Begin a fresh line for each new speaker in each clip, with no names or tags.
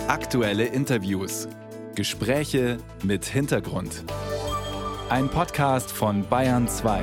Aktuelle Interviews. Gespräche mit Hintergrund. Ein Podcast von Bayern 2.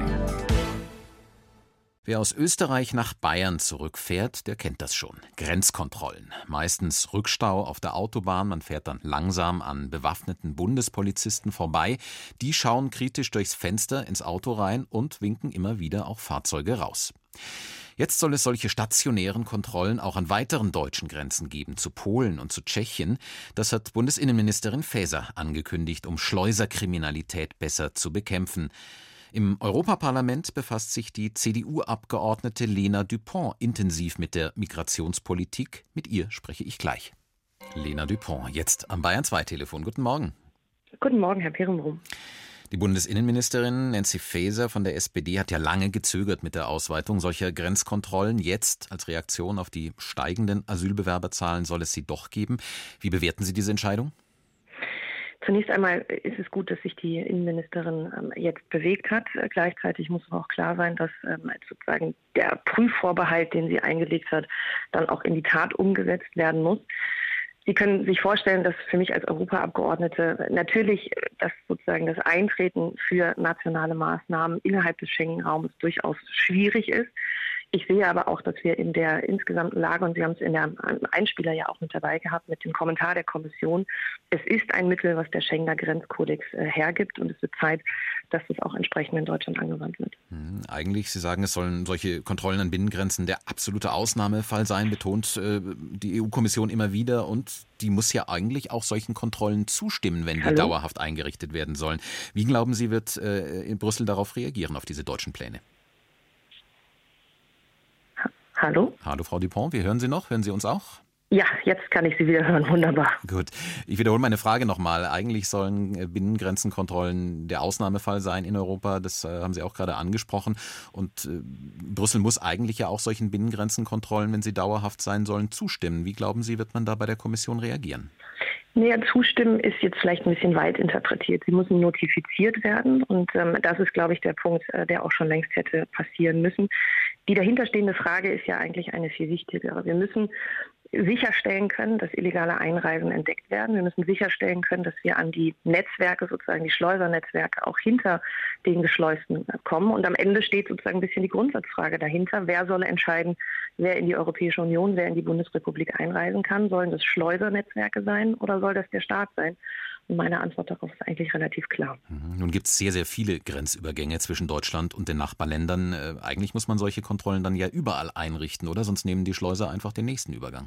Wer aus Österreich nach Bayern zurückfährt, der kennt das schon. Grenzkontrollen. Meistens Rückstau auf der Autobahn. Man fährt dann langsam an bewaffneten Bundespolizisten vorbei. Die schauen kritisch durchs Fenster ins Auto rein und winken immer wieder auch Fahrzeuge raus. Jetzt soll es solche stationären Kontrollen auch an weiteren deutschen Grenzen geben, zu Polen und zu Tschechien. Das hat Bundesinnenministerin Faeser angekündigt, um Schleuserkriminalität besser zu bekämpfen. Im Europaparlament befasst sich die CDU-Abgeordnete Lena Düpont intensiv mit der Migrationspolitik. Mit ihr spreche ich gleich. Lena Düpont, jetzt am Bayern 2 Telefon. Guten Morgen.
Guten Morgen, Herr Perenbrumm.
Die Bundesinnenministerin Nancy Faeser von der SPD hat ja lange gezögert mit der Ausweitung solcher Grenzkontrollen. Jetzt, als Reaktion auf die steigenden Asylbewerberzahlen, soll es sie doch geben. Wie bewerten Sie diese Entscheidung?
Zunächst einmal ist es gut, dass sich die Innenministerin jetzt bewegt hat. Gleichzeitig muss aber auch klar sein, dass sozusagen der Prüfvorbehalt, den sie eingelegt hat, dann auch in die Tat umgesetzt werden muss. Sie können sich vorstellen, dass für mich als Europaabgeordnete natürlich sozusagen das Eintreten für nationale Maßnahmen innerhalb des Schengen-Raumes durchaus schwierig ist. Ich sehe aber auch, dass wir in der insgesamten Lage, und Sie haben es in der Einspieler ja auch mit dabei gehabt, mit dem Kommentar der Kommission, es ist ein Mittel, was der Schengener Grenzkodex hergibt, und es wird Zeit, dass das auch entsprechend in Deutschland angewandt wird.
Eigentlich, Sie sagen, es sollen solche Kontrollen an Binnengrenzen der absolute Ausnahmefall sein, betont die EU-Kommission immer wieder, und die muss ja eigentlich auch solchen Kontrollen zustimmen, wenn die dauerhaft eingerichtet werden sollen. Wie glauben Sie, wird in Brüssel darauf reagieren, auf diese deutschen Pläne?
Hallo?
Hallo, Frau Düpont, wir hören Sie noch? Hören Sie uns auch?
Ja, jetzt kann ich Sie wieder hören. Wunderbar.
Gut. Ich wiederhole meine Frage nochmal. Eigentlich sollen Binnengrenzenkontrollen der Ausnahmefall sein in Europa. Das haben Sie auch gerade angesprochen. Und Brüssel muss eigentlich ja auch solchen Binnengrenzenkontrollen, wenn sie dauerhaft sein sollen, zustimmen. Wie glauben Sie, wird man da bei der Kommission reagieren?
Naja, zustimmen ist jetzt vielleicht ein bisschen weit interpretiert. Sie müssen notifiziert werden, und das ist, glaube ich, der Punkt, der auch schon längst hätte passieren müssen. Die dahinterstehende Frage ist ja eigentlich eine viel wichtigere. Wir müssen sicherstellen können, dass illegale Einreisen entdeckt werden. Wir müssen sicherstellen können, dass wir an die Netzwerke, sozusagen die Schleusernetzwerke, auch hinter den Geschleusten kommen. Und am Ende steht sozusagen ein bisschen die Grundsatzfrage dahinter. Wer soll entscheiden, wer in die Europäische Union, wer in die Bundesrepublik einreisen kann? Sollen das Schleusernetzwerke sein oder soll das der Staat sein? Und meine Antwort darauf ist eigentlich relativ klar.
Nun gibt es sehr, sehr viele Grenzübergänge zwischen Deutschland und den Nachbarländern. Eigentlich muss man solche Kontrollen dann ja überall einrichten, oder? Sonst nehmen die Schleuser einfach den nächsten Übergang.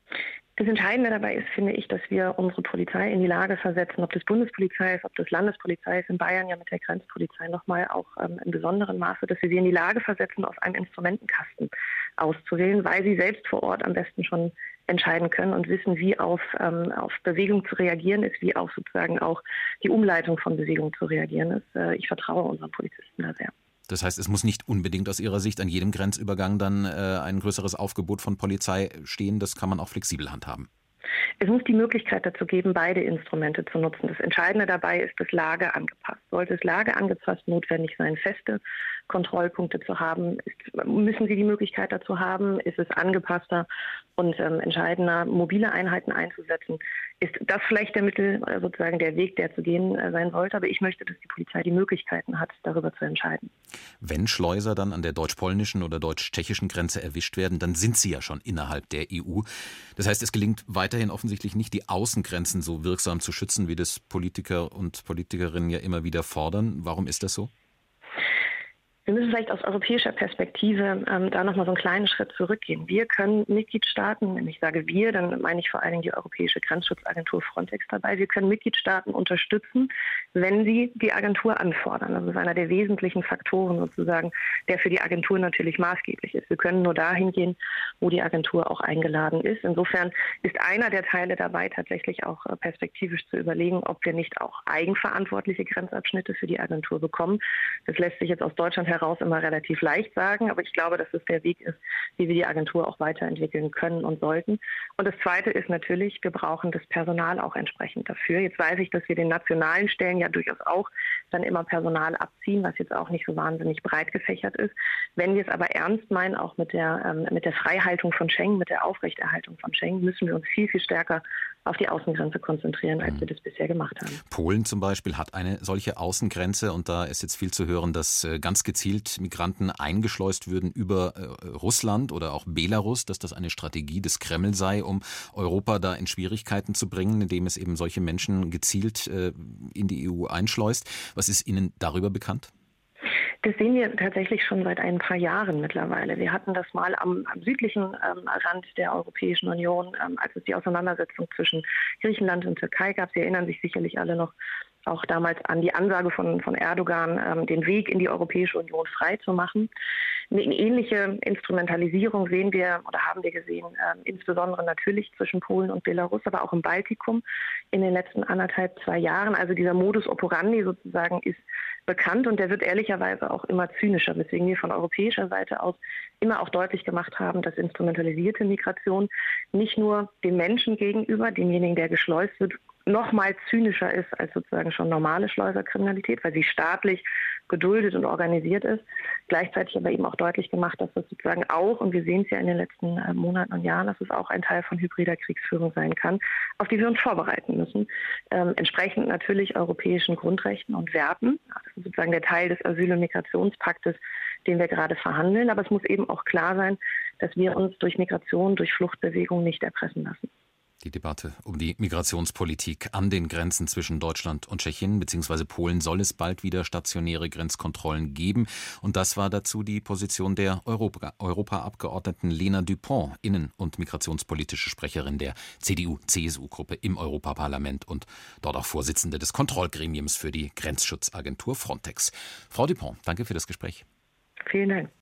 Das Entscheidende dabei ist, finde ich, dass wir unsere Polizei in die Lage versetzen, ob das Bundespolizei ist, ob das Landespolizei ist, in Bayern ja mit der Grenzpolizei nochmal auch im besonderen Maße, dass wir sie in die Lage versetzen, aus einem Instrumentenkasten auszuwählen, weil sie selbst vor Ort am besten schon entscheiden können und wissen, wie auf Bewegung zu reagieren ist, wie auf sozusagen auch die Umleitung von Bewegung zu reagieren ist. Ich vertraue unseren Polizisten da sehr.
Das heißt, es muss nicht unbedingt aus Ihrer Sicht an jedem Grenzübergang dann ein größeres Aufgebot von Polizei stehen. Das kann man auch flexibel handhaben.
Es muss die Möglichkeit dazu geben, beide Instrumente zu nutzen. Das Entscheidende dabei ist das Lage angepasst. Sollte es Lage angepasst notwendig sein, feste Kontrollpunkte zu haben, müssen Sie die Möglichkeit dazu haben, ist es angepasster und entscheidender, mobile Einheiten einzusetzen, ist das vielleicht der Mittel, sozusagen der Weg, der zu gehen sein sollte. Aber ich möchte, dass die Polizei die Möglichkeiten hat, darüber zu entscheiden.
Wenn Schleuser dann an der deutsch-polnischen oder deutsch-tschechischen Grenze erwischt werden, dann sind sie ja schon innerhalb der EU. Das heißt, es gelingt weiterhin offensichtlich nicht, die Außengrenzen so wirksam zu schützen, wie das Politiker und Politikerinnen ja immer wieder fordern. Warum ist das so?
Wir müssen vielleicht aus europäischer Perspektive da nochmal so einen kleinen Schritt zurückgehen. Wir können Mitgliedstaaten, wenn ich sage wir, dann meine ich vor allen Dingen die Europäische Grenzschutzagentur Frontex dabei. Wir können Mitgliedstaaten unterstützen, wenn sie die Agentur anfordern. Das ist einer der wesentlichen Faktoren sozusagen, der für die Agentur natürlich maßgeblich ist. Wir können nur dahin gehen, wo die Agentur auch eingeladen ist. Insofern ist einer der Teile dabei, tatsächlich auch perspektivisch zu überlegen, ob wir nicht auch eigenverantwortliche Grenzabschnitte für die Agentur bekommen. Das lässt sich jetzt aus Deutschland daraus immer relativ leicht sagen, aber ich glaube, dass es der Weg ist, wie wir die Agentur auch weiterentwickeln können und sollten. Und das Zweite ist natürlich, wir brauchen das Personal auch entsprechend dafür. Jetzt weiß ich, dass wir den nationalen Stellen ja durchaus auch dann immer Personal abziehen, was jetzt auch nicht so wahnsinnig breit gefächert ist. Wenn wir es aber ernst meinen, auch mit der Freihaltung von Schengen, mit der Aufrechterhaltung von Schengen, müssen wir uns viel, viel stärker auf die Außengrenze konzentrieren, als wir das bisher gemacht haben.
Polen zum Beispiel hat eine solche Außengrenze und da ist jetzt viel zu hören, dass ganz gezielt Migranten eingeschleust würden über Russland oder auch Belarus, dass das eine Strategie des Kreml sei, um Europa da in Schwierigkeiten zu bringen, indem es eben solche Menschen gezielt in die EU einschleust. Was ist Ihnen darüber bekannt?
Das sehen wir tatsächlich schon seit ein paar Jahren mittlerweile. Wir hatten das mal am südlichen Rand der Europäischen Union, als es die Auseinandersetzung zwischen Griechenland und Türkei gab. Sie erinnern sich sicherlich alle noch auch damals an die Ansage von Erdogan, den Weg in die Europäische Union frei zu machen. Eine ähnliche Instrumentalisierung sehen wir oder haben wir gesehen, insbesondere natürlich zwischen Polen und Belarus, aber auch im Baltikum in den letzten 1,5-2 Jahren. Also dieser Modus operandi sozusagen ist bekannt und der wird ehrlicherweise auch immer zynischer, weswegen wir von europäischer Seite aus immer auch deutlich gemacht haben, dass instrumentalisierte Migration nicht nur dem Menschen gegenüber, demjenigen, der geschleust wird, noch mal zynischer ist als sozusagen schon normale Schleuserkriminalität, weil sie staatlich geduldet und organisiert ist. Gleichzeitig aber eben auch deutlich gemacht, dass das sozusagen auch, und wir sehen es ja in den letzten Monaten und Jahren, dass es auch ein Teil von hybrider Kriegsführung sein kann, auf die wir uns vorbereiten müssen. Entsprechend natürlich europäischen Grundrechten und Werten. Das ist sozusagen der Teil des Asyl- und Migrationspaktes, den wir gerade verhandeln. Aber es muss eben auch klar sein, dass wir uns durch Migration, durch Fluchtbewegung nicht erpressen lassen.
Die Debatte um die Migrationspolitik an den Grenzen zwischen Deutschland und Tschechien bzw. Polen soll es bald wieder stationäre Grenzkontrollen geben. Und das war dazu die Position der Europaabgeordneten Lena Dupont, innen- und migrationspolitische Sprecherin der CDU-CSU-Gruppe im Europaparlament und dort auch Vorsitzende des Kontrollgremiums für die Grenzschutzagentur Frontex. Frau Dupont, danke für das Gespräch.
Vielen Dank.